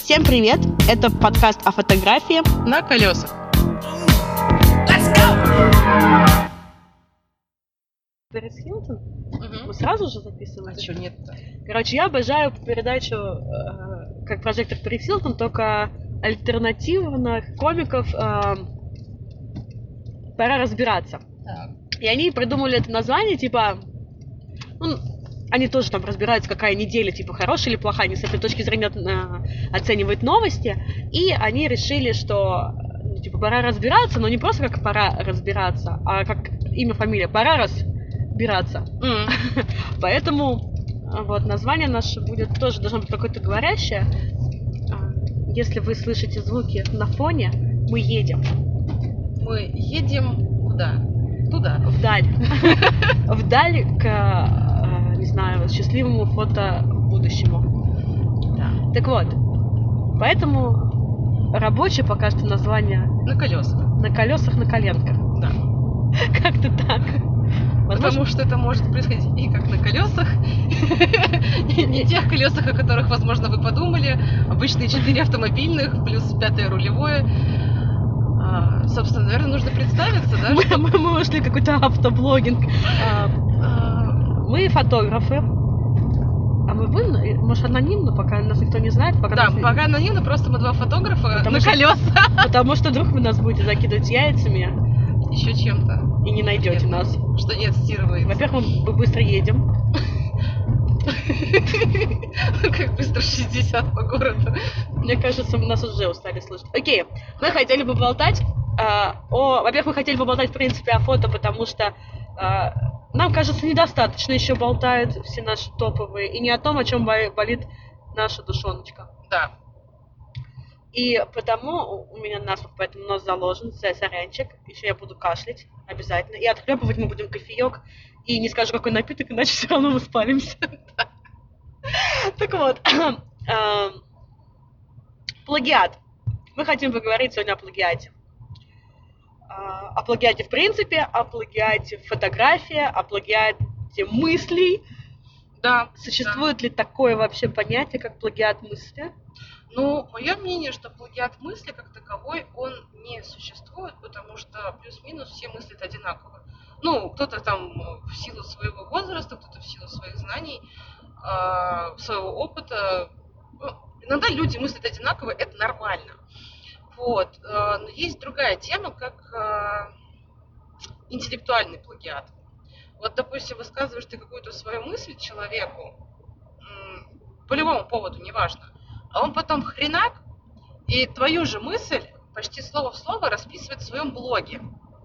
Всем привет! Это подкаст о фотографии на колесах. Пэрис Хилтон? Мы сразу же записываем? А что нет-то? Короче, я обожаю передачу как прожектор Пэрис Хилтон, только альтернативных комиков «Пора разбираться». Так. И они придумали это название, типа... они тоже там разбираются, какая неделя, типа, хорошая или плохая, они с этой точки зрения оценивают новости, и они решили, что, типа, пора разбираться, но не просто как пора разбираться, а как имя, фамилия, пора разбираться. Поэтому вот название наше будет тоже должно быть какое-то говорящее. Если вы слышите звуки на фоне, мы едем. Мы едем куда? Туда. Вдаль. Вдаль к, не знаю, счастливому фото-будущему. Да. Так вот, поэтому рабочее пока что название На колесах. на колесах, на коленках. Да. Как-то так. Потому что это может происходить и как на колесах, не тех колесах, о которых, возможно, вы подумали. Обычные 4 автомобильных плюс 5 рулевое. Собственно, наверное, нужно представиться, да? Мы ушли какой-то автоблогинг. Мы фотографы. А мы будем, может, анонимно, пока нас никто не знает. Да, пока анонимно, просто мы 2 фотографа на колеса. Потому что вдруг вы нас будете закидывать яйцами. Еще чем-то. И не найдете нас. Что не отстирывается. Во-первых, мы быстро едем. Как быстро 60 по городу. Мне кажется, нас уже устали слышать. Окей, мы хотели поболтать во-первых, мы хотели поболтать, в принципе, о фото, потому что нам кажется, недостаточно еще болтают все наши топовые, и не о том, о чем болит наша душоночка. Да. И потому у меня насморк, поэтому нос заложен, сорянчик. Еще я буду кашлять обязательно. И отхлебывать мы будем кофеек. И не скажу, какой напиток, иначе все равно мы спалимся. Так вот, плагиат. Мы хотим поговорить сегодня о плагиате. О плагиате в принципе, о плагиате в фотографии, о плагиате мыслей. Да. Существует ли такое вообще понятие, как плагиат мысли? Ну, мое мнение, что плагиат мысли как таковой, он не существует, потому что плюс-минус все мыслят одинаково. Ну, кто-то там в силу своего возраста, кто-то в силу своих знаний, своего опыта. Иногда люди мыслят одинаково, это нормально. Вот. Но есть другая тема, как интеллектуальный плагиат. Вот, допустим, высказываешь ты какую-то свою мысль человеку, по любому поводу, неважно, а он потом хренак, и твою же мысль почти слово в слово расписывает в своем блоге.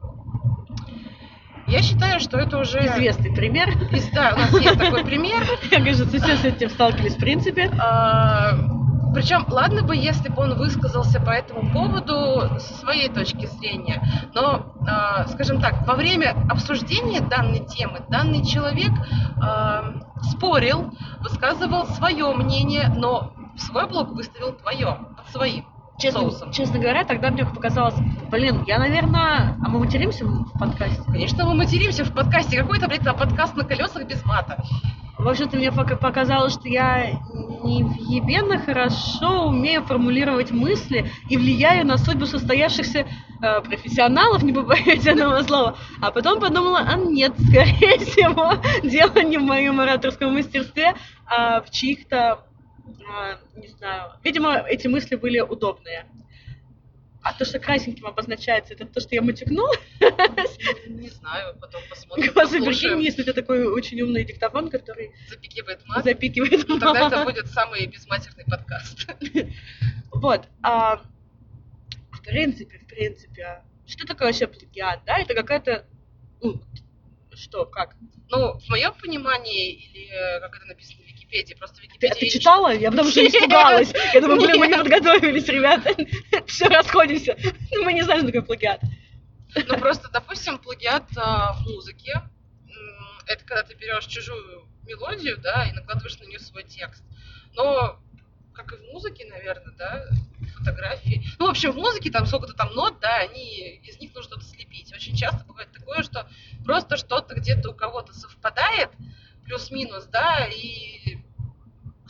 Я считаю, что это уже... Известный пример. Да, у нас есть такой пример. Я, кажется, все с этим сталкивались в принципе. Причем, ладно бы, если бы он высказался по этому поводу со своей точки зрения, но, скажем так, во время обсуждения данной темы данный человек спорил, высказывал свое мнение, но в свой блог выставил твое, под своим соусом. Честно говоря, тогда мне показалось, я, наверное... А мы материмся в подкасте? Конечно, мы материмся в подкасте. Какой-то, подкаст на колесах без мата. В общем-то, мне показалось, что я невъебенно хорошо умею формулировать мысли и влияю на судьбу состоявшихся профессионалов, не побоюсь этого слова. А потом подумала, нет, скорее всего, дело не в моем ораторском мастерстве, а в чьих-то, не знаю, видимо, эти мысли были удобные. А то, что красненьким обозначается, это то, что я матюкнула? Не знаю, потом посмотрим. Прикинь, если у тебя такой очень умный диктофон, который запикивает мат. Тогда это будет самый безматерный подкаст. Вот. В принципе, что такое вообще плагиат, да? Это какая-то... что, как? Ну, в моем понимании, или как это написано в Википедии, просто в Википедии... Ты читала? Я потому что испугалась. Я думаю, мы не подготовились, ребята. Все, расходимся. Мы не знаем, что такое плагиат. Ну, просто, допустим, плагиат в музыке. Это когда ты берешь чужую мелодию, да, и накладываешь на нее свой текст. Но, как и в музыке, наверное, да, фотографии. Ну, в общем, в музыке там сколько-то там нот, да, из них нужно что-то слепить. Очень часто бывает такое, что просто что-то где-то у кого-то совпадает, плюс-минус, да, и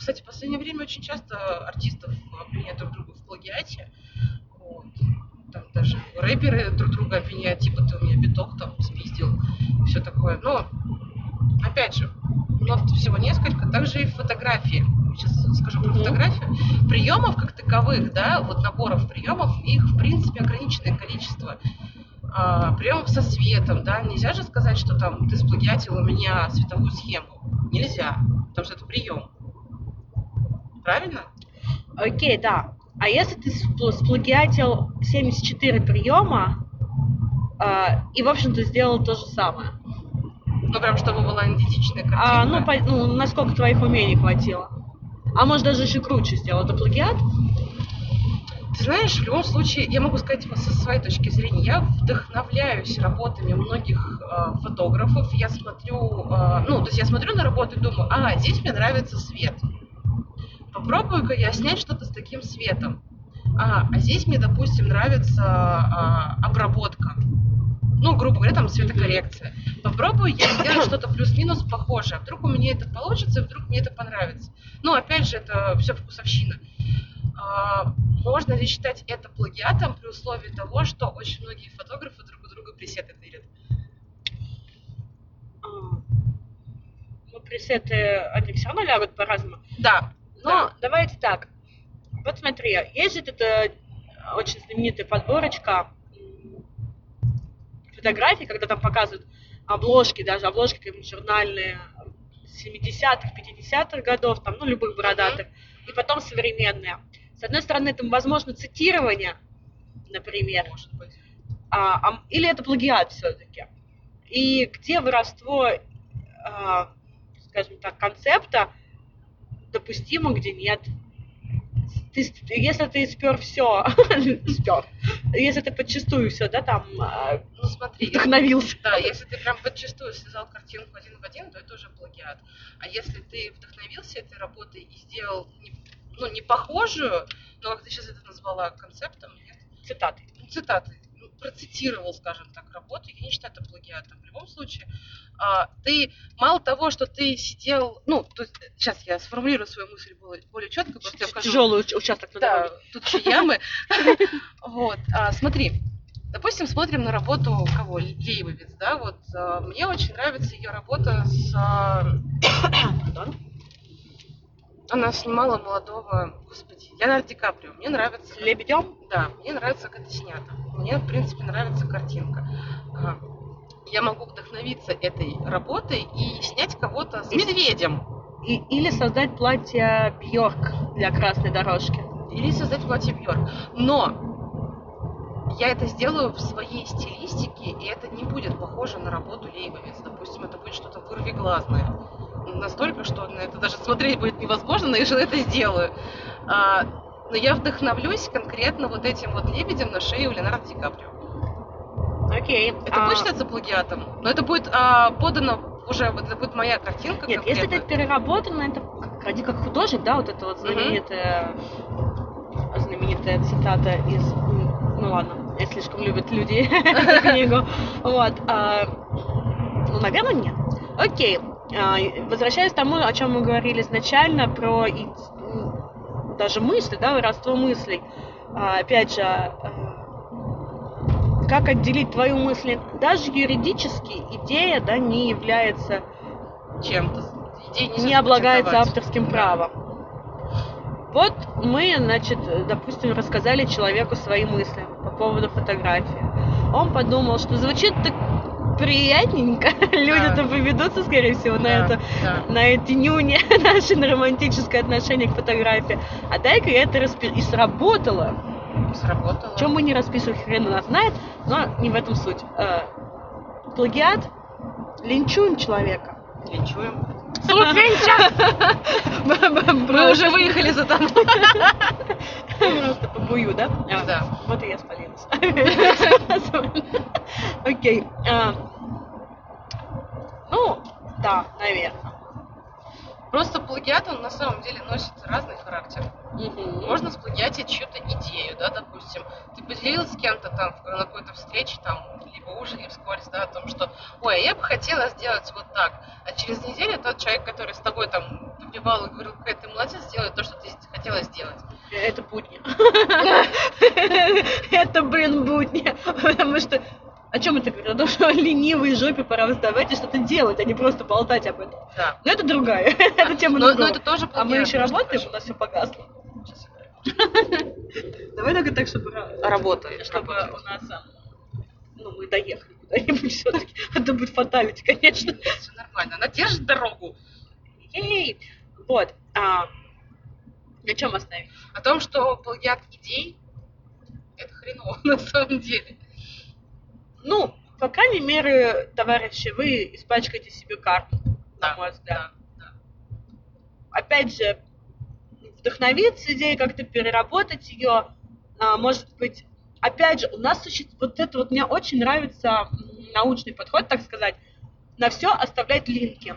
Кстати, в последнее время очень часто артистов обвиняют друг друга в плагиате. Вот. Там даже рэперы друг друга обвиняют, типа ты у меня биток там спиздил, все такое. Но, опять же, нот всего несколько, также и фотографии. Сейчас скажу про фотографию. Приемов как таковых, да, вот наборов приемов, их в принципе ограниченное количество. Приемов со светом, да, нельзя же сказать, что там ты сплагиатил у меня световую схему. Нельзя, потому что это прием. Правильно? Окей, да. А если ты сплагиатил 74 приема и, в общем-то, сделал то же самое? Ну, прям чтобы была идентичная картинка. Насколько твоих умений хватило? А может, даже еще круче сделал. Это плагиат? Ты знаешь, в любом случае, я могу сказать со своей точки зрения, я вдохновляюсь работами многих фотографов. Я смотрю, я смотрю на работу и думаю, здесь мне нравится свет. Попробую-ка я снять что-то с таким светом. Здесь мне, допустим, нравится обработка. Ну, грубо говоря, там цветокоррекция. Попробую я сделать что-то плюс-минус похожее. Вдруг у меня это получится, вдруг мне это понравится. Ну, опять же, это все вкусовщина. Можно ли считать это плагиатом при условии того, что очень многие фотографы друг у друга пресеты тырят? Ну, пресеты, они все равно лягут по-разному. Да. Но давайте так. Вот смотри, есть же эта очень знаменитая подборочка фотографий, когда там показывают обложки, даже обложки какие-нибудь журнальные 70-х, 50-х годов, там, ну, любых бородатых, и потом современные. С одной стороны, это, возможно, цитирование, например, Может быть. Или это плагиат все-таки. И где воровство, скажем так, концепта допустимо, где нет. Если ты спер все, если ты подчистую все, да, там, смотри, вдохновился. Да, если ты прям подчистую связал картинку один в один, то это уже плагиат. А если ты вдохновился этой работой и сделал, не похожую, но как ты сейчас это назвала концептом, нет? Цитаты. Цитаты. Процитировал, скажем так, работу, я не считаю это плагиатом. В любом случае, ты мало того, что ты сидел, сейчас я сформулирую свою мысль более четко, просто я покажу. Тяжелый участок на дороге. Да, тут еще ямы. Вот, смотри, допустим, смотрим на работу кого? Лейбовиц, да, вот мне очень нравится ее работа с... Она снимала молодого, Леонардо Ди Каприо. Мне нравится... Лебедем? Да, мне нравится, как это снято. Мне, в принципе, нравится картинка. Я могу вдохновиться этой работой и снять кого-то с медведем. Или создать платье Бьорк для красной дорожки. Или создать платье Бьорк. Но я это сделаю в своей стилистике, и это не будет похоже на работу Лейбовиц. Допустим, это будет что-то вырвиглазное. Настолько, что на это даже смотреть будет невозможно, но я же это сделаю. Но я вдохновлюсь конкретно вот этим вот лебедем на шее у Леонардо Ди Каприо. Окей. Это будет считаться плагиатом, но это будет подано уже, это будет моя картинка. Нет, конкретно. если это переработано, это ради как художник, да, вот эта вот знаменитая цитата из... Ну ладно, я слишком любят люди эту книгу. Вот. Наверное, нет. Окей. Возвращаясь к тому, о чем мы говорили изначально, про даже мысли, да, воровство мыслей. Опять же, как отделить твою мысль? Даже юридически идея, да, не является чем-то. Не облагается авторским правом. Вот мы, значит, допустим, рассказали человеку свои мысли по поводу фотографии. Он подумал, что звучит так приятненько. Люди-то поведутся, скорее всего, на эти нюни, наше романтическое отношение к фотографии. А дай-ка это и сработало. Сработало. Чем мы не расписываем, хрен нас знает, но не в этом суть. Плагиат, линчуем человека. Линчуем. Мы уже выехали за тобой. Просто побую, да? Да. Вот и я спалилась. Окей. Ну, да, наверное. Просто плагиат, он на самом деле носит разный характер. Можно сплагиатить чью-то идею, да, допустим. Ты поделилась с кем-то там на какой-то встрече, там, либо ужине вскользь, да, о том, что, ой, я бы хотела сделать вот так. А через неделю тот человек, который с тобой там выпивал и говорил, какая ты молодец, сделает то, что ты хотела сделать. Это будни. Это, блин, будни. Потому что о чем это говорит? О том, что ленивой жопе пора вставать и что-то делать, а не просто болтать об этом. Да. Но это другая. Это тема другого. Но это тоже А мы еще плагиат, работаем, у нас все погасло. Давай только так, чтобы Работает. чтобы у нас мы доехали куда-нибудь все-таки. Это будет фаталити, конечно. Нет, все нормально. Она держит дорогу. Ей. Вот. На чем остановились? О том, что плагиат идей это хреново на самом деле. Ну, по крайней мере, товарищи, вы испачкаете себе карту, на мой взгляд. Да. Опять же, вдохновиться идеей, как-то переработать ее, может быть, опять же, у нас существует, вот это вот мне очень нравится научный подход, так сказать, на все оставлять линки.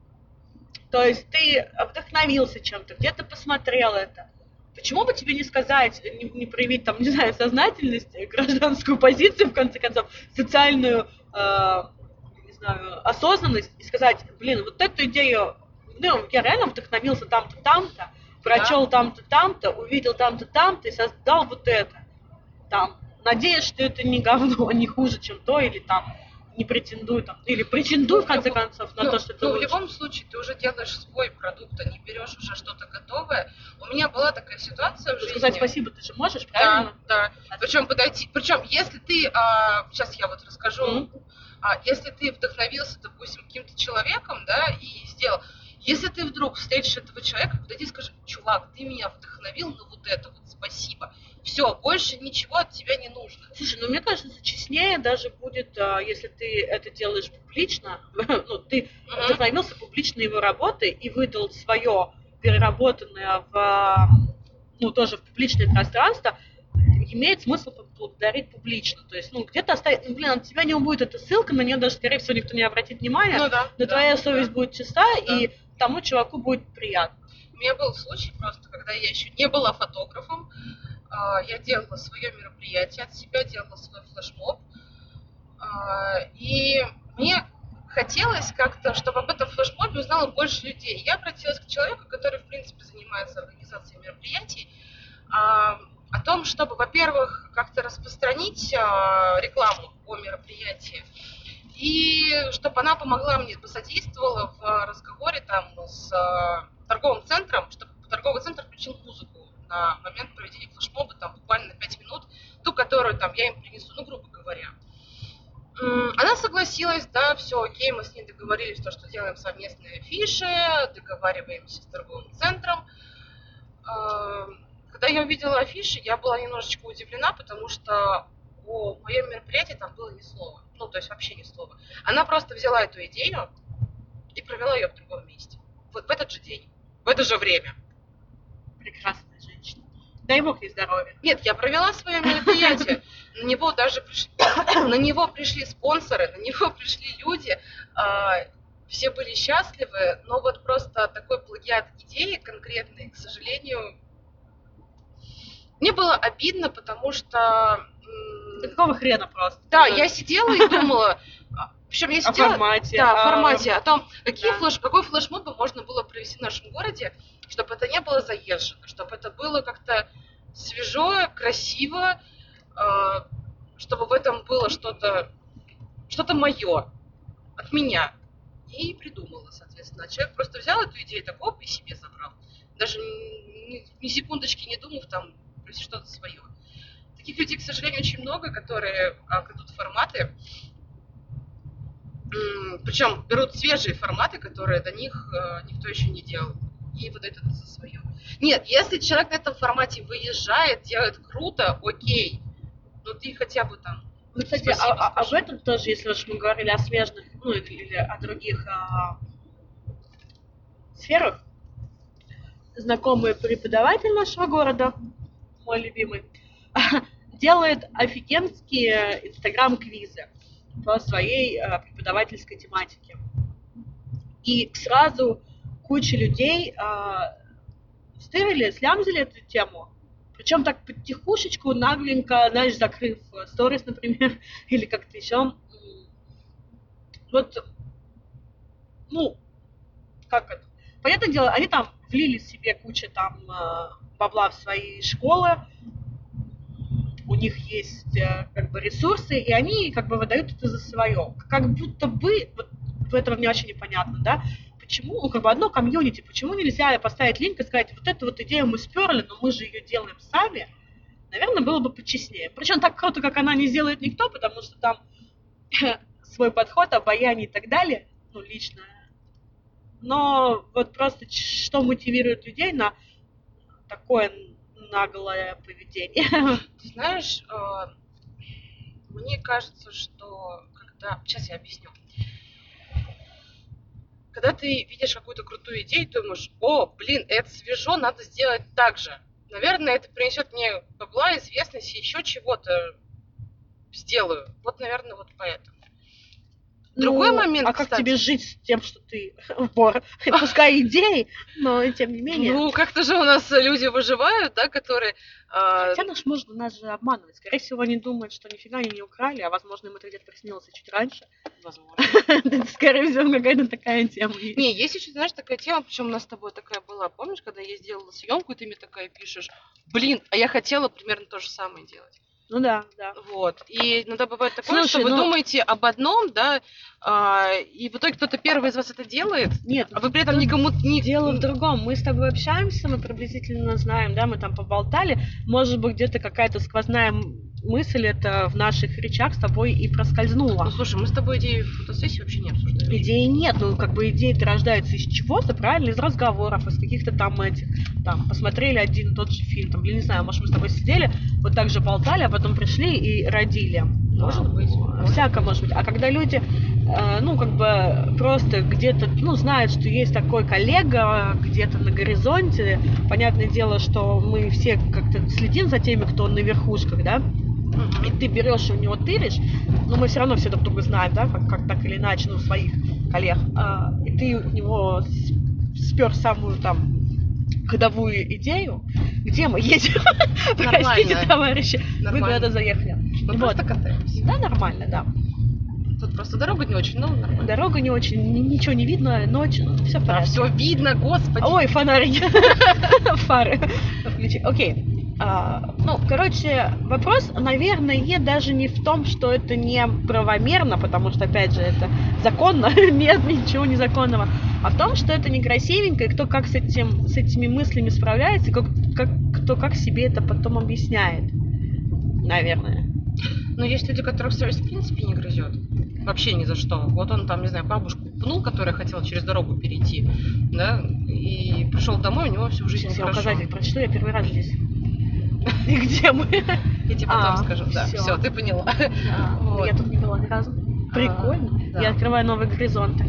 То есть ты вдохновился чем-то, где-то посмотрел это. Почему бы тебе не сказать, не проявить там, не знаю, сознательность, гражданскую позицию, в конце концов, социальную, не знаю, осознанность и сказать, блин, вот эту идею, я реально вдохновился там-то, там-то, прочел там-то, там-то, увидел там-то, там-то и создал вот это. Там, надеюсь, что это не говно, не хуже, чем то, или там не претендуй там, или претендуй в конце концов на то, что это лучше. В любом случае ты уже делаешь свой продукт, а не берешь уже что-то готовое. У меня была такая ситуация в жизни. Сказать спасибо ты же можешь, правильно? Да. Причем если ты, сейчас я вот расскажу, если ты вдохновился, допустим, каким-то человеком, да, и сделал, если ты вдруг встретишь этого человека, подойди и скажи, чувак, ты меня вдохновил на вот это вот, спасибо. Все, больше ничего от тебя не нужно. Слушай, мне кажется, честнее даже будет, если ты это делаешь публично, ты вдохновился публично его работой и выдал свое переработанное тоже в публичное пространство, имеет смысл поблагодарить публично. То есть, где-то оставить, от тебя не убудет эта ссылка, на нее даже, скорее всего, никто не обратит внимания, но твоя совесть будет чиста, и тому чуваку будет приятно. У меня был случай просто, когда я еще не была фотографом, я делала свое мероприятие от себя, делала свой флешмоб, и мне хотелось как-то, чтобы об этом флешмобе узнало больше людей. Я обратилась к человеку, который, в принципе, занимается организацией мероприятий, о том, чтобы, во-первых, как-то распространить рекламу о мероприятии, и чтобы она помогла мне, посодействовала в разговоре там с торговым центром, чтобы торговый центр включил музыку на момент проведения флешмоба, там буквально на 5 минут, ту, которую там я им принесу, грубо говоря. Она согласилась, да, все окей, мы с ней договорились, что делаем совместные афиши, договариваемся с торговым центром. Когда я увидела афиши, я была немножечко удивлена, потому что о моем мероприятии там было ни слова. То есть вообще ни слова. Она просто взяла эту идею и провела ее в другом месте. Вот в этот же день, в это же время. Прекрасная женщина. Дай бог ей здоровья. Нет, я провела свое мероприятие. На него пришли спонсоры, на него пришли люди. Все были счастливы, но вот просто такой плагиат идеи конкретной, к сожалению, мне было обидно, потому что... Да какого хрена просто? Да, я сидела и думала... Причем я сидела... О формате. Да, о формате, о том, какой флешмоб можно было провести в нашем городе, чтобы это не было заезжено, чтобы это было как-то свежо, красиво, чтобы в этом было что-то мое, от меня. И придумала, соответственно. Человек просто взял эту идею, так оп, и себе забрал. Даже ни секундочки не думав там что-то свое. Таких людей, к сожалению, очень много, которые крадут форматы. Причем берут свежие форматы, которые до них никто еще не делал. И выдают это за свое. Нет, если человек на этом формате выезжает, делает круто, окей. Но ты хотя бы там... Кстати, об этом тоже, если уж мы говорили о смежных, или о других сферах, знакомый преподаватель нашего города, мой любимый, делает офигенские инстаграм-квизы по своей преподавательской тематике. И сразу куча людей слямзили эту тему. Причем так потихушечку, нагленько, знаешь, закрыв сторис, например, или как-то еще. Вот ну, как это? Понятное дело, они там влили себе кучу там бабла в свои школы, у них есть как бы ресурсы, и они как бы выдают это за свое. Как будто бы, вот в этом мне очень непонятно, да, почему, ну, как бы одно комьюнити, почему нельзя поставить линк и сказать, вот эту вот идею мы сперли, но мы же ее делаем сами, наверное, было бы почестнее. Причем так круто, как она не сделает никто, потому что там свой подход, обаяние и так далее, ну, лично. Но вот просто что мотивирует людей на такое наглое поведение. Ты знаешь, мне кажется, что когда... Сейчас я объясню. Когда ты видишь какую-то крутую идею, ты думаешь, о, блин, это свежо, надо сделать так же. Наверное, это принесет мне бабла, известность, еще чего-то сделаю. Вот, наверное, вот поэтому. Другой момент, а как кстати, тебе жить с тем, что ты вор? Пускай идеи, но тем не менее. ну, как-то же у нас люди выживают, да, которые... Хотя нас же обманывать. Скорее всего, они думают, что нифига они не украли, а возможно, им это где-то приснилось чуть раньше. Возможно. Скорее всего, какая-то такая тема есть. Не, есть еще, знаешь, такая тема, причем у нас с тобой такая была. Помнишь, когда я сделала съемку, и ты мне такая пишешь, блин, а я хотела примерно то же самое делать. Ну да, да. Вот. И иногда бывает такое, Слушай, что вы ну- думаете об одном, да, и в итоге кто-то первый из вас это делает, Нет, а вы при этом никому не... дело в другом. Мы с тобой общаемся, мы приблизительно знаем, да, мы там поболтали. Может быть, где-то какая-то сквозная мысль это в наших речах с тобой и проскользнула. Ну, слушай, мы с тобой идею фотосессии вообще не обсуждаем. Идеи нет, ну как бы идея-то рождается из чего-то, правильно? Из разговоров, из каких-то там этих, там, посмотрели один и тот же фильм, там, не знаю, может мы с тобой сидели, вот так же болтали, а потом пришли и родили. Может быть. Всяко может быть. А когда люди, ну, как бы просто где-то, ну, знают, что есть такой коллега где-то на горизонте, понятное дело, что мы все как-то следим за теми, кто на верхушках, да, и ты берешь у него тыришь, но мы все равно все друг друга знаем, да, как так или иначе, ну, своих коллег, и ты у него спер самую там ходовую идею, где мы едем, простите, товарищи, вы куда-то заехали. Мы просто катаемся. Да, нормально, да. Тут просто дорога не очень, но нормально. Дорога не очень, ничего не видно, ночь, все в Да, порядке. все видно, господи. Ой, фонарики, фары включи. Окей. Ну, короче, вопрос, наверное, даже не в том, что это не правомерно, потому что, опять же, это законно, нет ничего незаконного, а в том, что это некрасивенько, и кто как с этими мыслями справляется, и кто как себе это потом объясняет, наверное. Но есть люди, которых совесть в принципе не грызет. Вообще ни за что. Вот он там, не знаю, бабушку пнул, которая хотела через дорогу перейти, да, и пришел домой, у него всю жизнь Сейчас я хорошо. указатель прочту, я первый раз здесь. И где мы? Я тебе потом скажу, да. всё. Все, ты поняла. Вот. Я тут не была ни разу. Прикольно. Да. Я открываю новые горизонты.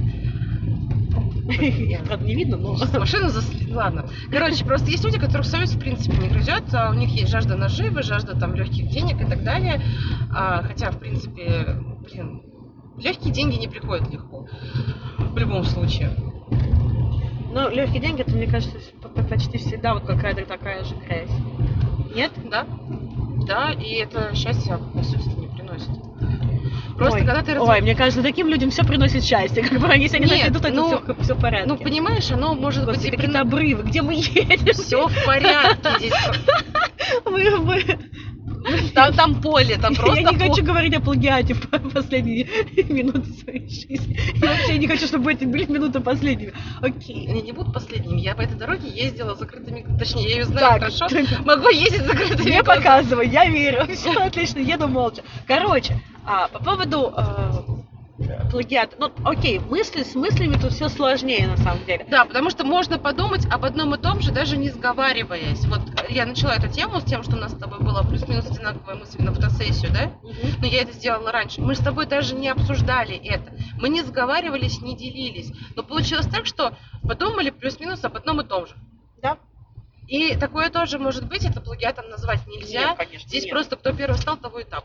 Их, правда, не видно, но... Машину Ладно. Короче, просто есть люди, которых совесть в принципе не грызет, а у них есть жажда наживы, жажда там легких денег и так далее. Хотя, в принципе, блин, легкие деньги не приходят легко. В любом случае. Ну, легкие деньги, это, мне кажется, почти всегда вот какая-то такая же грязь. Нет? Да. Да, и это счастье, по сути, не приносит. Просто ой, когда ты ой, мне кажется, таким людям все приносит счастье. Как бы они, если они Нет, найдут, это все в порядке. Ну, понимаешь, оно может быть Господи, и какие-то обрывы, где мы едем? Все в порядке здесь. Мы... Там поле, там просто Я не хочу говорить о плагиате в последние минуты своей жизни. Я вообще не хочу, чтобы эти были минуты последними. Окей. Они не будут последними. Я по этой дороге ездила с закрытыми... Точнее, я ее знаю Так, хорошо. Могу ездить с закрытыми Не глазами. показывай, я верю. Все отлично, еду молча. Короче, по поводу плагиата. Ну, окей, мысли с мыслями тут все сложнее на самом деле. Да, потому что можно подумать об одном и том же, даже не сговариваясь. Вот я начала эту тему с тем, что у нас с тобой была плюс-минус одинаковая мысль на фотосессию, да? Но я это сделала раньше. Мы с тобой даже не обсуждали это. Мы не сговаривались, не делились. Но получилось так, что подумали плюс-минус об одном и том же. Да? И такое тоже может быть, это плагиатом назвать нельзя. Нет, конечно, Здесь нет. просто кто первый встал, того и тапки.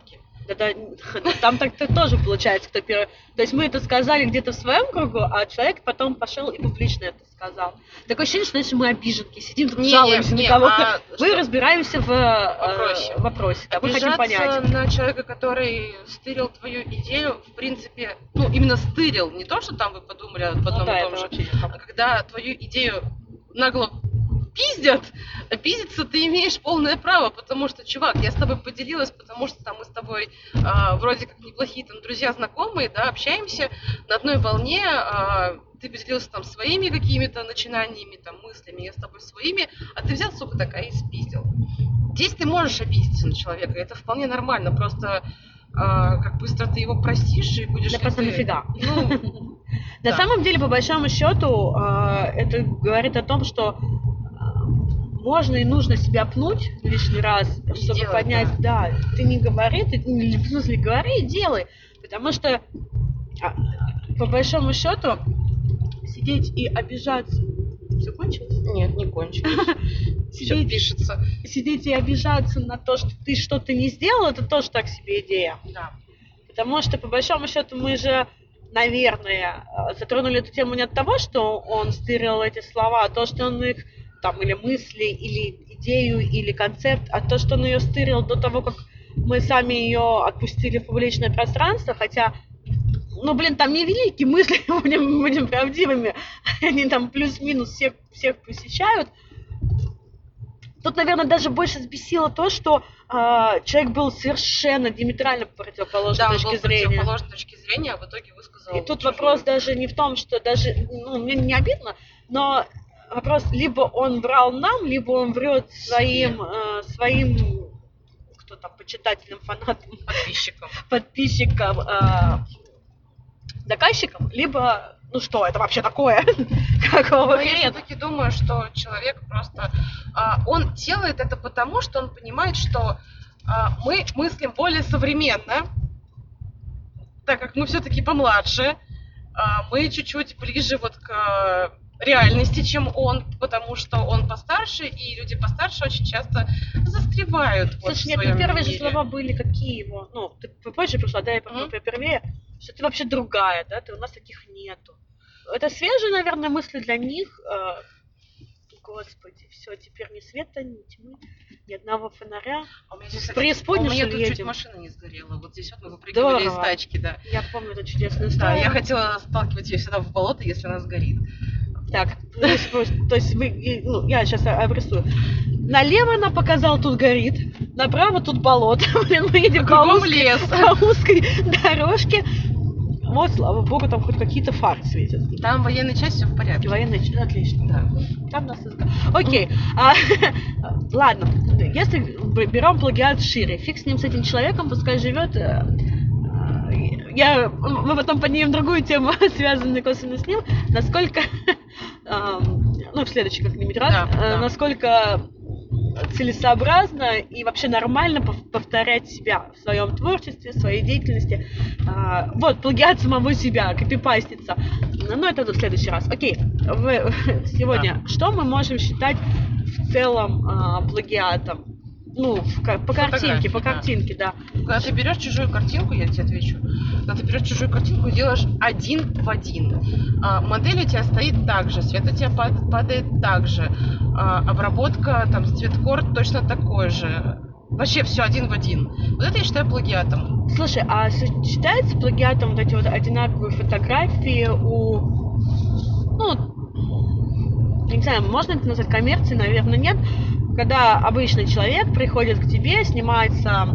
Там так-то тоже получается, кто первый. То есть мы это сказали где-то в своем кругу, а человек потом пошел и публично это сказал. Такое ощущение, что если мы обиженки, сидим тут жалуемся на кого-то, мы разбираемся в вопросе. Да, мы хотим понять. На человека, который стырил твою идею, в принципе, именно стырил, не то, что там вы подумали об одном и том же, а когда твою идею нагло пиздят, а пиздиться ты имеешь полное право, потому что, чувак, я с тобой поделилась, потому что там мы с тобой вроде как неплохие там друзья, знакомые, да, общаемся на одной волне, ты поделился там своими какими-то начинаниями, там, мыслями, я с тобой своими, а ты взял, сука, такая и спиздил. Здесь ты можешь обидеться на человека, это вполне нормально, просто как быстро ты его простишь и будешь... Да просто нафига. На самом деле, по большому счету, это говорит о том, что можно и нужно себя пнуть лишний раз, чтобы делать, поднять, да, ты не говори, в смысле говори и делай, потому что по большому счету сидеть и обижаться, все кончилось? Нет, не кончилось. Сейчас пишется. Сидеть и обижаться на то, что ты что-то не сделал, это тоже так себе идея. Да. Потому что по большому счету мы же, наверное, затронули эту тему не от того, что он стырил эти слова, а то, что он их там или мысли, или идею, или концепт, а то, что он ее стырил до того, как мы сами ее отпустили в публичное пространство, хотя, там невеликие мысли, будем правдивыми, они там плюс-минус всех посещают. Тут, наверное, даже больше взбесило то, что человек был совершенно диаметрально противоположной точки зрения. Противоположной точки зрения, а в итоге высказал. И тут вопрос даже не в том, что даже, мне не обидно, но вопрос, либо он врал нам, либо он врет своим кто там, почитателям, фанатам, подписчикам, заказчикам, либо, что это вообще такое? Какого хрена? Я все-таки думаю, что человек просто, он делает это потому, что он понимает, что мы мыслим более современно, так как мы все-таки помладше, мы чуть-чуть ближе вот к реальности, чем он, потому что он постарше, и люди постарше очень часто застревают. Слушай, нет, первые же слова были какие его, ты позже пришла, да, я первее, что ты вообще другая, да, у нас таких нету. Это свежие, наверное, мысли для них. Господи, все, теперь ни света, ни тьмы, ни одного фонаря. У меня тут чуть машина не сгорела. Вот здесь вот мы выпрыгивали из тачки, да. Я помню эту чудесную историю. Да, я хотела сталкивать ее сюда в болото, если она сгорит. Так, то есть я сейчас обрисую. Налево она показала, тут горит, направо тут болото. Мы едем по узкой дорожке. Вот, слава богу, там хоть какие-то фары светят. Там военная часть, все в порядке. Военная часть, отлично. Да. Там нас окей. Ладно, если берем плагиат шире, фиг с ним, с этим человеком, пускай живет. Мы потом поднимем другую тему, связанную косвенно с ним, насколько, в следующий как-нибудь раз, насколько целесообразно и вообще нормально повторять себя в своем творчестве, в своей деятельности. Плагиат самого себя, копипаститься. Но это в следующий раз. Окей, сегодня что мы можем считать в целом плагиатом? По картинке, да. Когда ты берешь чужую картинку, я тебе отвечу, когда ты берешь чужую картинку и делаешь один в один. Модель у тебя стоит так же, свет у тебя падает так же, обработка, там, цветкор точно такой же. Вообще все один в один. Вот это я считаю плагиатом. Слушай, а считается плагиатом вот эти вот одинаковые фотографии я не знаю, можно это назвать коммерцией, наверное, нет. Когда обычный человек приходит к тебе, снимается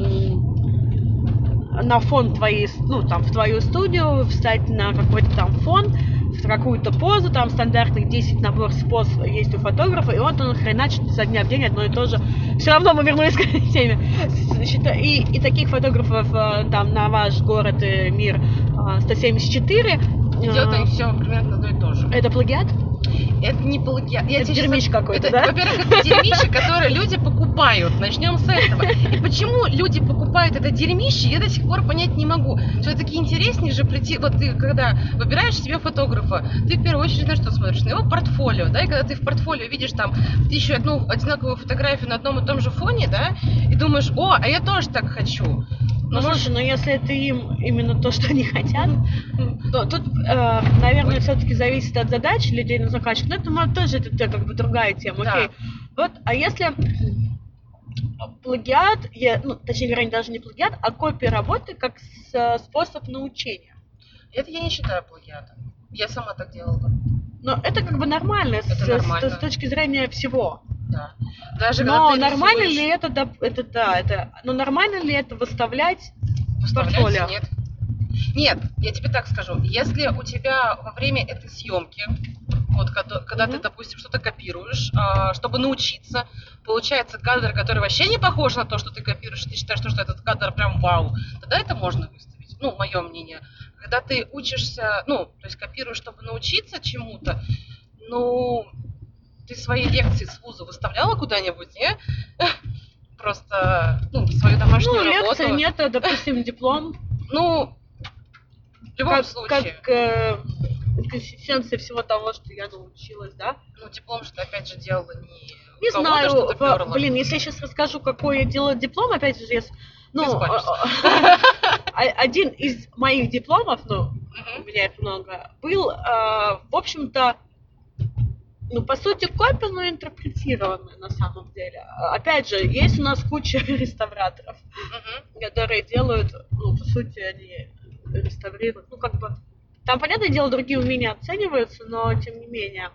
на фон твоей, в твою студию, встать на какой-то там фон, в какую-то позу, там стандартных 10 набор поз есть у фотографа, и вот он хреначит изо дня в день одно и то же. Все равно мы вернулись к этой теме. И таких фотографов там на ваш город и мир 174. Делают они все примерно одно и то же. Это плагиат? Это не плагиат. Это дерьмище какое-то, да? Во-первых, это дерьмище, которое люди покупают. Начнем с этого. И почему люди покупают это дерьмище, я до сих пор понять не могу. Все-таки интереснее же прийти, вот ты когда выбираешь себе фотографа, ты в первую очередь на что смотришь? На его портфолио, да, и когда ты в портфолио видишь там 1001 одинаковую фотографию на одном и том же фоне, да, и думаешь, а я тоже так хочу. Ну, слушай, ну если это им именно то, что они хотят, то тут, наверное, все-таки зависит от задач людей на заказчик. Но это тоже это как бы другая тема. Да. Окей. Вот, а если плагиат, ну, точнее говоря, даже не плагиат, а копия работы как способ научения. Это я не считаю плагиатом. Я сама так делала. Но это как бы нормально, нормально. С точки зрения всего. Да. Даже Но когда ты нормально рисуешь... ли но нормально ли это выставлять в Выставлять? портфолио? Нет. Нет, я тебе так скажу. Если у тебя во время этой съемки, вот когда ты, допустим, что-то копируешь, чтобы научиться, получается кадр, который вообще не похож на то, что ты копируешь, и ты считаешь, что этот кадр прям вау, тогда это можно выставить. Ну, мое мнение. Когда ты учишься, ну, то есть копируешь, чтобы научиться чему-то, ну, ты свои лекции с вуза выставляла куда-нибудь, не? Просто, ну, свою домашнюю работу. Лекция нет, допустим, диплом. Ну, в любом случае. Как консистенция всего того, что я научилась, да? Ну, диплом, что опять же делала не знаю, что-то пёрло. Блин, если я сейчас расскажу, какой я делала диплом, опять же, один из моих дипломов, ну, у меня их много, был, в общем-то, ну, по сути, копия, но интерпретированная на самом деле. Опять же, есть у нас куча реставраторов, которые делают, ну, по сути, они реставрируют, ну, как бы, там, понятное дело, другие умения оцениваются, но, тем не менее.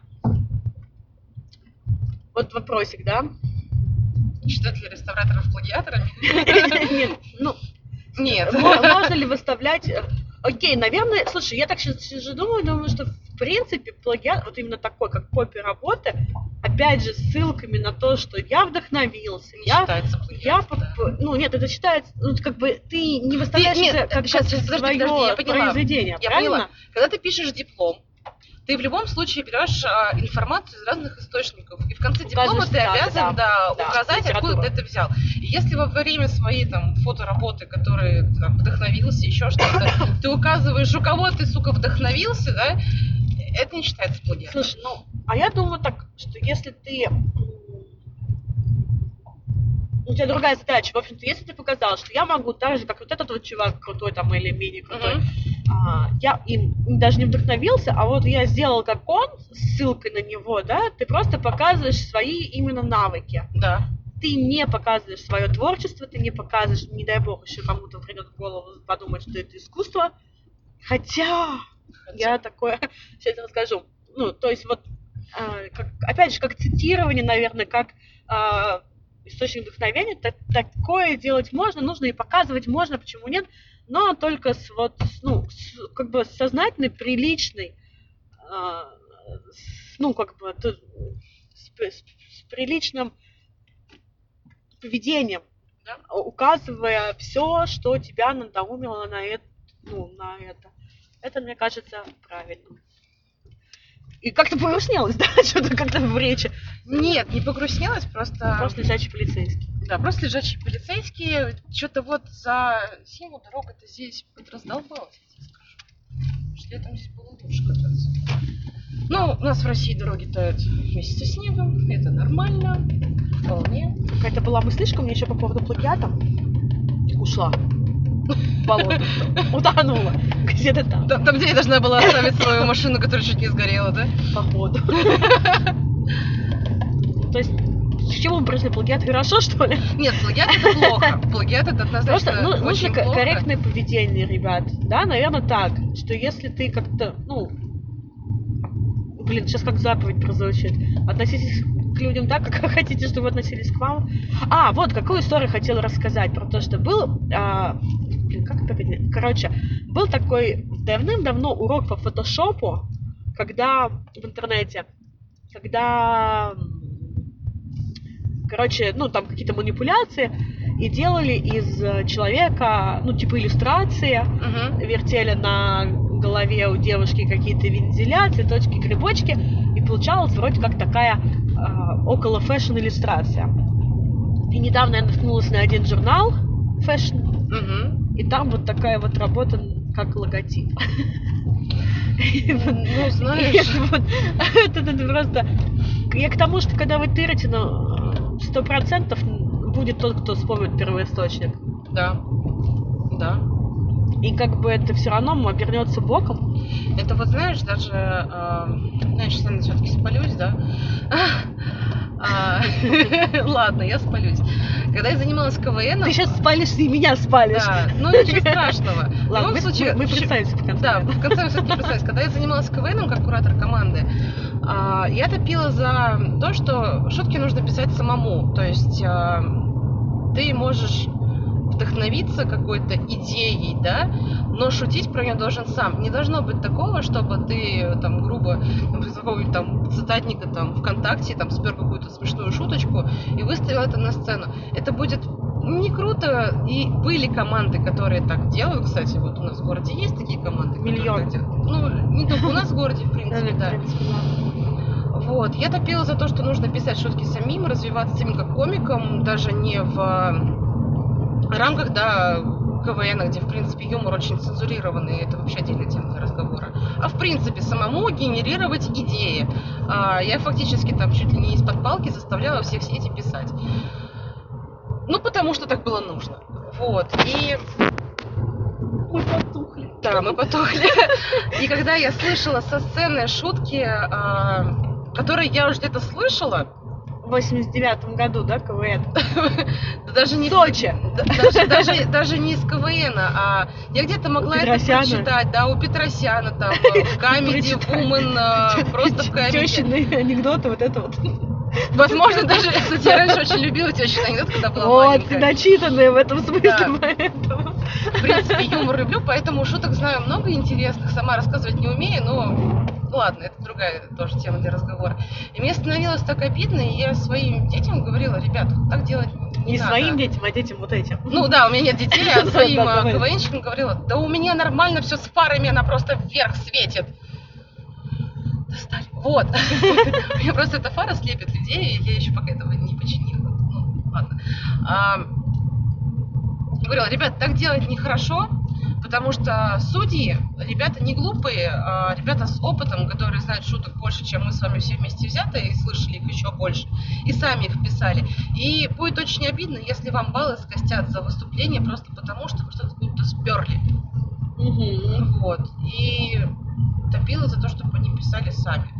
Вот вопросик, да? Считают ли реставраторов плагиаторами? Нет, ну... Нет. Можно ли выставлять... Окей, наверное, слушай, я так сейчас сижу, думаю, что в принципе плагиат, вот именно такой, как копия работы, опять же, ссылками на то, что я вдохновился. Не считается плагиатом, ну нет, это считается, ну как бы ты не выставляешь это как свое произведение, я правильно? Поняла. Когда ты пишешь диплом, ты в любом случае берешь информацию из разных источников, и в конце диплома ты обязан указать, откуда ты это взял. И если во время своей там фотоработы, которые там, вдохновился, еще что-то, ты указываешь, у кого ты, сука, вдохновился, да, это не считается плагиатом. Слушай, ну, а я думаю так, что если ты... У тебя другая задача. В общем-то, если ты показал, что я могу так же, как вот этот вот чувак крутой там или менее крутой, я им даже не вдохновился, а вот я сделал как он, с ссылкой на него, да, ты просто показываешь свои именно навыки. Да. Ты не показываешь свое творчество, ты не показываешь, не дай бог, еще кому-то придет в голову подумать, что это искусство. Хотя... Я такое сейчас расскажу. Ну, то есть вот, опять же, как цитирование, наверное, как источник вдохновения, такое делать можно, нужно и показывать можно, почему нет, но только с как бы сознательной, приличной, ну, как бы, с приличным поведением, да? Указывая все, что тебя надоумило на это, на это. Это, мне кажется, правильным. И как-то погрустнелось, да? Что-то как-то в речи. Нет, не погрустнелось, просто... Просто лежачий полицейский. Да, просто лежачий полицейский. Что-то вот за зиму дорога-то здесь подраздолбалась, я тебе скажу. Что летом здесь было лучше кататься. Ну, у нас в России дороги тают вместе со снегом. Это нормально. Вполне. Какая-то была мыслишка у меня еще по поводу плагиата. Ушла. Болото. Утонула. Где-то там. Там, где я должна была оставить свою машину, которая чуть не сгорела, да? Походу. То есть, к чему мы пришли? Плагиат хорошо, что ли? Нет, плагиат это плохо. Плагиат это однозначно просто, очень нужно плохо. Корректное поведение, ребят. Да, наверное, так. Что если ты как-то, сейчас как заповедь прозвучит. Относитесь к людям так, как хотите, чтобы относились к вам. Вот какую историю хотела рассказать. Про то, что был... был такой давным-давно урок по фотошопу, когда в интернете, там какие-то манипуляции, и делали из человека, типа иллюстрации, вертели на голове у девушки какие-то вензеля, цветочки, грибочки, и получалась вроде как такая около фэшн-иллюстрация. И недавно я наткнулась на один журнал фэшн, и там вот такая вот работа, как логотип. Ну, знаешь... Это просто... Я к тому, что когда вы тырите, 100% будет тот, кто вспомнит первоисточник. Да. Да. И как бы это все равно обернется боком. Это вот, знаешь, даже, знаешь, сейчас я все-таки спалюсь, да? Ладно, я спалюсь. Когда я занималась КВН... Ты сейчас спалишься и меня спалишь. Да, ну ничего страшного. Ладно, в любом случае, мы представимся в конце. Да, в конце все-таки представимся. Когда я занималась КВН как куратор команды, я топила за то, что шутки нужно писать самому. То есть ты можешь вдохновиться какой-то идеей, да, но шутить про нее должен сам. Не должно быть такого, чтобы ты там грубо из какого-нибудь там цитатника там ВКонтакте там спер какую-то смешную шуточку и выставил это на сцену. Это будет не круто. И были команды, которые так делают. Кстати, вот у нас в городе есть такие команды. Миллион. Ну, не только у нас в городе, в принципе, да. Вот. Я топила за то, что нужно писать шутки самим, развиваться самим как комиком, даже не в рамках, да, КВН, где, в принципе, юмор очень цензурированный, это вообще отдельная тема для разговора. А в принципе, самому генерировать идеи. Я фактически там чуть ли не из-под палки заставляла всех эти писать. Ну, потому что так было нужно. Вот. И... Мы потухли. Да, мы потухли. И когда я слышала со сцены шутки, которые я уже где-то слышала... В 89-м году, да, КВН? Даже не Сочи. Даже не из КВН, а я где-то могла это прочитать, да, у Петросяна, там, в Comedy Woman, просто в Comedy. Тещины анекдоты, вот это вот. Возможно, даже, кстати, я раньше очень любила тещин анекдот, когда была маленькая. Вот, ты начитанная в этом смысле, Да. поэтому. В принципе, юмор люблю, поэтому шуток знаю много интересных, сама рассказывать не умею, но... Ладно, это другая тоже тема для разговора. И мне становилось так обидно, и я своим детям говорила: ребят, так делать не надо. своим детям, а детям вот этим. Ну да, у меня нет детей, а своим КВНщикам говорила: да у меня нормально все с фарами, она просто вверх светит. Достали. Вот. У меня просто эта фара слепит людей, и я еще пока этого не починила. Ну, ладно. Говорила: ребят, так делать нехорошо, потому что судьи, ребята не глупые, а ребята с опытом, которые знают шуток больше, чем мы с вами все вместе взятые, и слышали их еще больше, и сами их писали. И будет очень обидно, если вам баллы скостят за выступление просто потому, что вы что-то будто сперли. Вот. И топила за то, чтобы они писали сами.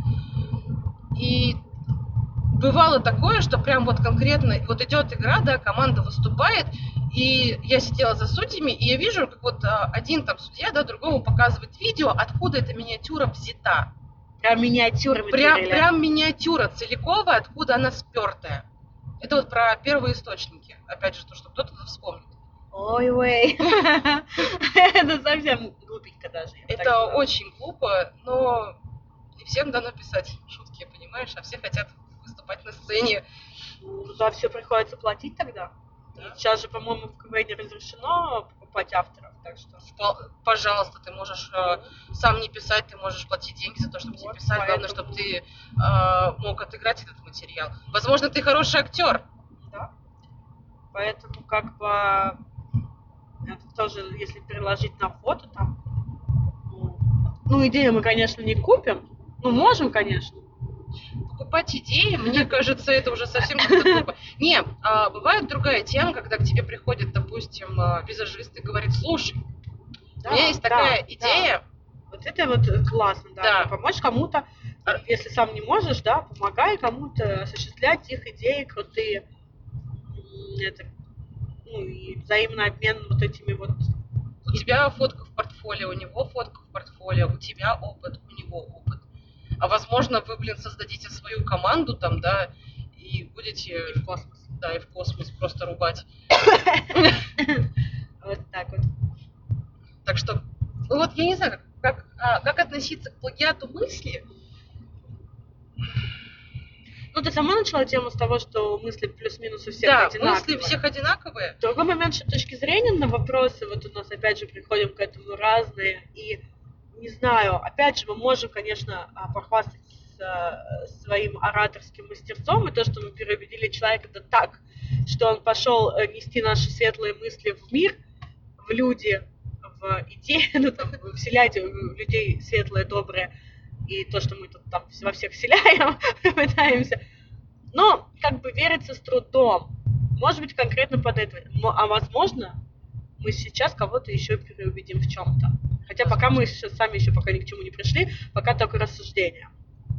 И бывало такое, что прям вот конкретно вот идет игра, да, команда выступает, и я сидела за судьями, и я вижу, как вот один там судья, да, другому показывает видео, откуда эта миниатюра взята. Прям миниатюрами. Прям миниатюра целиковая, откуда она спертая. Это вот про первые источники. Опять же, то, что кто-то вспомнит. Ой-ой. Это совсем глупенько даже. Это очень глупо, но не всем дано писать шутки, понимаешь? А все хотят выступать на сцене. За все приходится платить тогда. Да. Сейчас же, по-моему, в КВН разрешено покупать авторов, так что... Пожалуйста, ты можешь сам не писать, ты можешь платить деньги за то, чтобы тебе писать. Поэтому... Главное, чтобы ты мог отыграть этот материал. Возможно, ты хороший актер. Да. Поэтому как бы это тоже, если переложить на фото там, ну, идею мы, конечно, не купим. Ну, можем, конечно. Покупать идеи, мне кажется, это уже совсем как-то глупо. Не, бывает другая тема, когда к тебе приходит, допустим, визажист и говорит: слушай, у меня есть такая идея. Да. Вот это вот классно, да. Помочь кому-то, если сам не можешь, да, помогай кому-то осуществлять их идеи крутые. Это, ну, и взаимный обмен вот этими вот. У тебя фотка в портфолио, у него фотка в портфолио, у тебя опыт, у него опыт. А возможно, вы, создадите свою команду там, да, и будете... И в космос. Да, и в космос просто рубать. Вот так вот. Так что, вот я не знаю, как относиться к плагиату мысли. Ну, ты сама начала тему с того, что мысли плюс-минус у всех одинаковые. Да, мысли всех одинаковые. Другой момент, что точки зрения на вопросы, вот у нас опять же приходим к этому разные, и не знаю, опять же, мы можем, конечно, похвастаться своим ораторским мастерством, и то, что мы переубедили человека да так, что он пошел нести наши светлые мысли в мир, в люди, в идеи, ну, там, вселять в людей светлое, доброе, и то, что мы тут там во всех вселяем, пытаемся. Но, как бы, верится с трудом. Может быть, конкретно под это. А возможно, мы сейчас кого-то еще переубедим в чем-то. Хотя пока мы сами еще пока ни к чему не пришли, пока только рассуждения.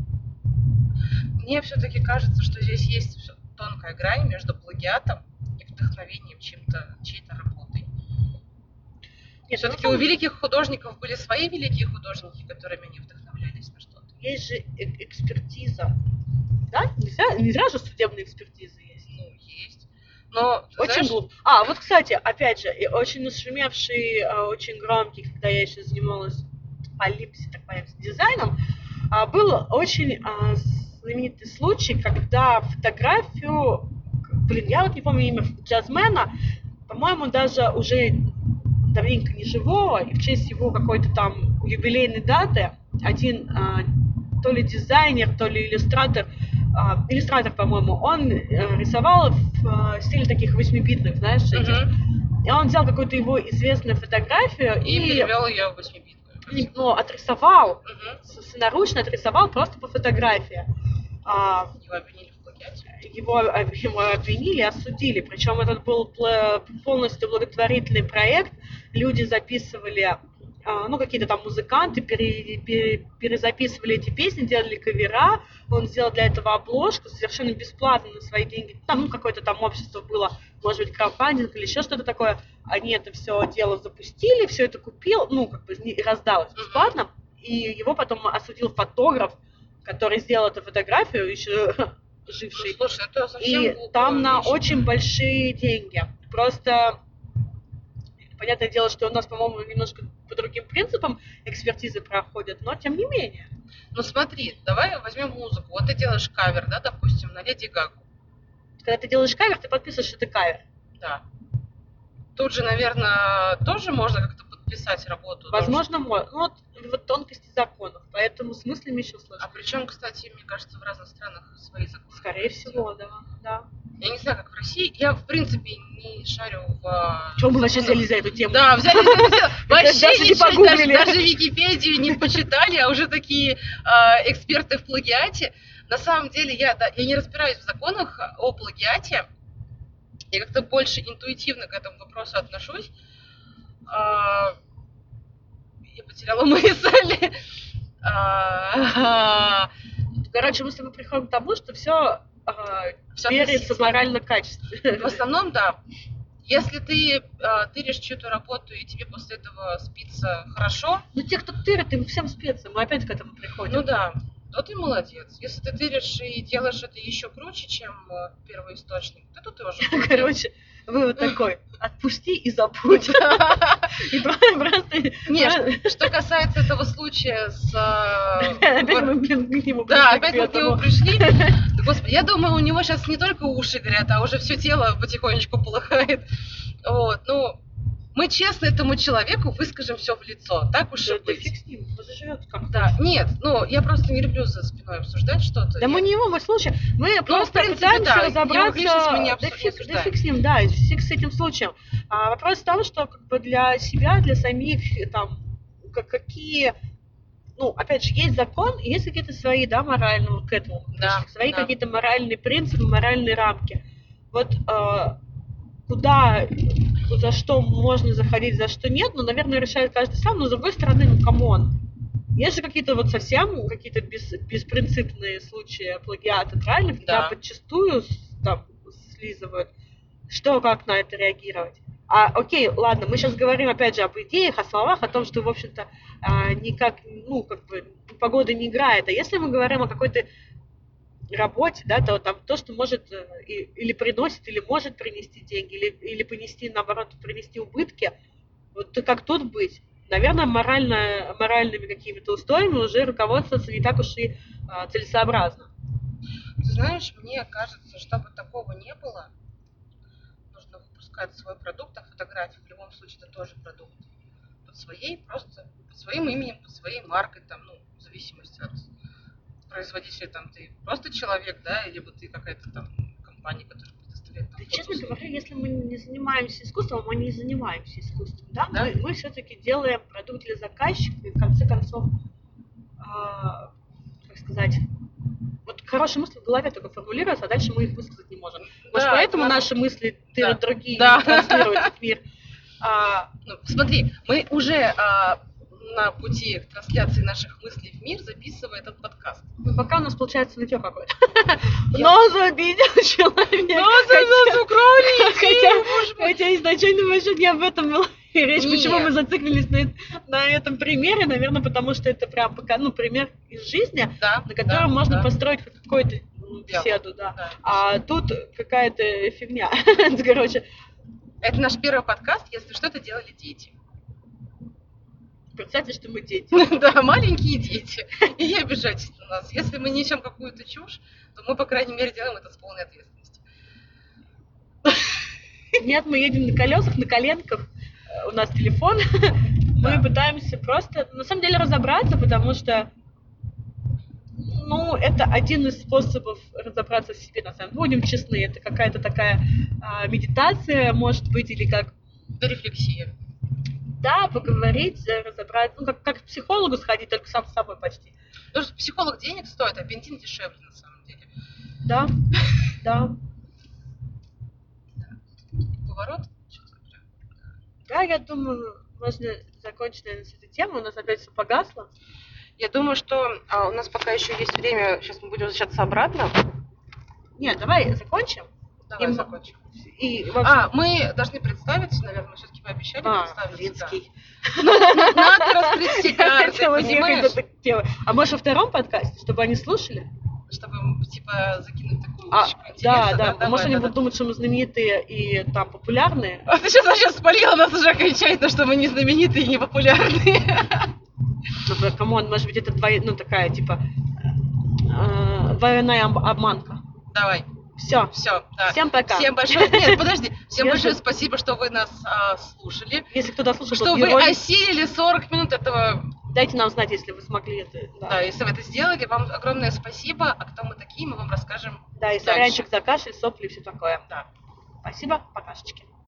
Мне все-таки кажется, что здесь есть тонкая грань между плагиатом и вдохновением чьей-то работой. Все-таки у великих художников были свои великие художники, которыми они вдохновлялись на что-то. Есть же экспертиза. Да? Не зря же судебные экспертизы есть. Ну, есть. Но, очень глупо. Вот, кстати, опять же, очень нашумевший, очень громкий, когда я еще занималась дизайном, был очень знаменитый случай, когда фотографию, я вот не помню имя джазмена, по-моему, даже уже давненько не живого, и в честь его какой-то там юбилейной даты один то ли дизайнер, то ли иллюстратор, по-моему, он рисовал в стиле таких 8-битных, знаешь, этих. И он взял какую-то его известную фотографию и перевел ее в 8-битную. Ну, отрисовал, собственноручно отрисовал просто по фотографии. Его обвинили в плагиате? Его обвинили, осудили. Причем этот был полностью благотворительный проект. Люди записывали, какие-то там музыканты перезаписывали эти песни, делали кавера. Он сделал для этого обложку совершенно бесплатно на свои деньги. Там какое-то там общество было, может быть, краудфандинг или еще что-то такое. Они это все дело запустили, все это купил, и раздалось бесплатно. И его потом осудил фотограф, который сделал эту фотографию, еще живший. Ну, слушай, это совсем и там на очень большие деньги. Просто, понятное дело, что у нас, по-моему, немножко по другим принципам экспертизы проходят, но тем не менее. Ну смотри, давай возьмем музыку. Вот ты делаешь кавер, да, допустим, на Леди Гагу. Когда ты делаешь кавер, ты подписываешь, что ты кавер. Да. Тут же, наверное, тоже можно как-то подписать работу. Возможно, можно. Ну, вот тонкости законов. Поэтому с мыслями еще сложно. А причем, кстати, мне кажется, в разных странах свои законы. Скорее всего, да. Я не знаю, как в России. Я, в принципе, не шарю в... Чего мы вообще взяли за эту тему? Да, взяли за эту тему. Вообще даже не погуглили. Даже Википедию не почитали, а уже такие эксперты в плагиате. На самом деле, я не разбираюсь в законах о плагиате. Я как-то больше интуитивно к этому вопросу отношусь. Я потеряла мысль. Короче, мы с тобой приходим к тому, что все меряется морально качественно. В основном, да. Если ты тыришь чью-то работу, и тебе после этого спится хорошо... Ну, те, кто тырит, им всем спится. Мы опять к этому приходим. Ну да, то ты молодец. Если ты тыришь и делаешь это еще круче, чем первоисточник, то ты тоже молодец. Короче, вывод такой. Отпусти и забудь. Нет, что касается этого случая с... Опять мы к нему пришли. Да, опять мы к нему пришли. Господи, я думаю, у него сейчас не только уши горят, а уже все тело потихонечку полыхает. Вот, ну... Мы честно этому человеку выскажем все в лицо, так уж и быть. Фиг с ним, заживет как-то. Да, нет, я просто не люблю за спиной обсуждать что-то. Да мы не его, мы слушаем, мы просто пытаемся разобраться. Да фиг с ним, да, фиг с этим случаем. Вопрос в том, что для себя, для самих, там, какие... опять же, есть закон, и есть какие-то свои, моральные к этому. Да, свои какие-то моральные принципы, моральные рамки. Вот куда, за что можно заходить, за что нет, наверное, решает каждый сам, но с другой стороны, камон. Есть же какие-то совсем какие-то беспринципные случаи плагиата, правильно? Когда подчастую слизывают. Что, как на это реагировать? Окей, ладно, мы сейчас говорим опять же об идеях, о словах, о том, что, в общем-то, никак, погода не играет. А если мы говорим о какой-то работе, то, что может или приносит, или может принести деньги, или понести, наоборот, принести убытки, вот как тут быть? Наверное, моральными какими-то устоями уже руководствоваться не так уж и целесообразно. Ты знаешь, мне кажется, чтобы такого не было, нужно выпускать свой продукт, а фотографии в любом случае это тоже продукт. Под своим именем, под своей маркой, в зависимости от производителя, ты просто человек, да, либо ты какая-то компания, которая предоставляет честно говоря, если мы не занимаемся искусством, мы не занимаемся искусством, да? Мы все-таки делаем продукт для заказчика, и в конце концов, как сказать, вот хорошие мысли в голове только формулируются, а дальше мы их высказать не можем. Может, поэтому наши мысли другие транслируют в мир. Ну, смотри, мы уже на пути к трансляции наших мыслей в мир, записывая этот подкаст. Ну, пока у нас получается нытьё какое-то. Я- Нос обидел человек. Нас украли! Хотя изначально вообще не об этом была речь. Нет. Почему мы зациклились на этом примере? Наверное, потому что это прям пока, пример из жизни, Да, на котором можно да. построить хоть какую-то беседу, да. А тут какая-то фигня. Короче, Это наш первый подкаст, если что, это делали дети. представьте, что мы дети. Да, маленькие дети. И не обижайтесь на нас. Если мы несем какую-то чушь, то мы, по крайней мере, делаем это с полной ответственностью. Нет, мы едем на колесах, на коленках. У нас телефон. Да. Мы пытаемся просто, на самом деле, разобраться, потому что, это один из способов разобраться в себе, на самом деле. Будем честны, это какая-то такая медитация, может быть, или как, Рефлексия. да, поговорить, разобраться, как к психологу сходить, только сам с собой почти. Потому что психолог денег стоит, а бензин дешевле, на самом деле. Да, да. Поворот. Да, я думаю, можно закончить, наверное, с этой темой. У нас опять все погасло. Я думаю, что у нас пока еще есть время. Сейчас мы будем возвращаться обратно. Нет, давай закончим. Давай И- закончим. И, в общем, Мы должны представиться, наверное, все-таки пообещали представиться. Блинский. Да. Надо раскрыть все карты, Хотела съехать понимаешь? до этой темы. А может, во втором подкасте, чтобы они слушали? Чтобы, типа, закинуть такую Да, удочку интереса. да. Давай, Может, они да. будут думать, что мы знаменитые и там популярные. А ты сейчас спалила нас уже окончательно, что мы не знаменитые и не популярные. Ну, камон, может быть, это такая, типа, двойная обманка. Давай, Все. все, да. Всем пока. Всем большое, нет, подожди, всем Если- большое спасибо, что вы нас слушали, Если кто дослушал что этот вы герой, осилили 40 минут этого, дайте нам знать, если вы смогли это. да, если вы это сделали, вам огромное спасибо, а кто мы такие, мы вам расскажем Да, и дальше. сорянчик за кашель, сопли и все такое. Да. Спасибо, покашечки.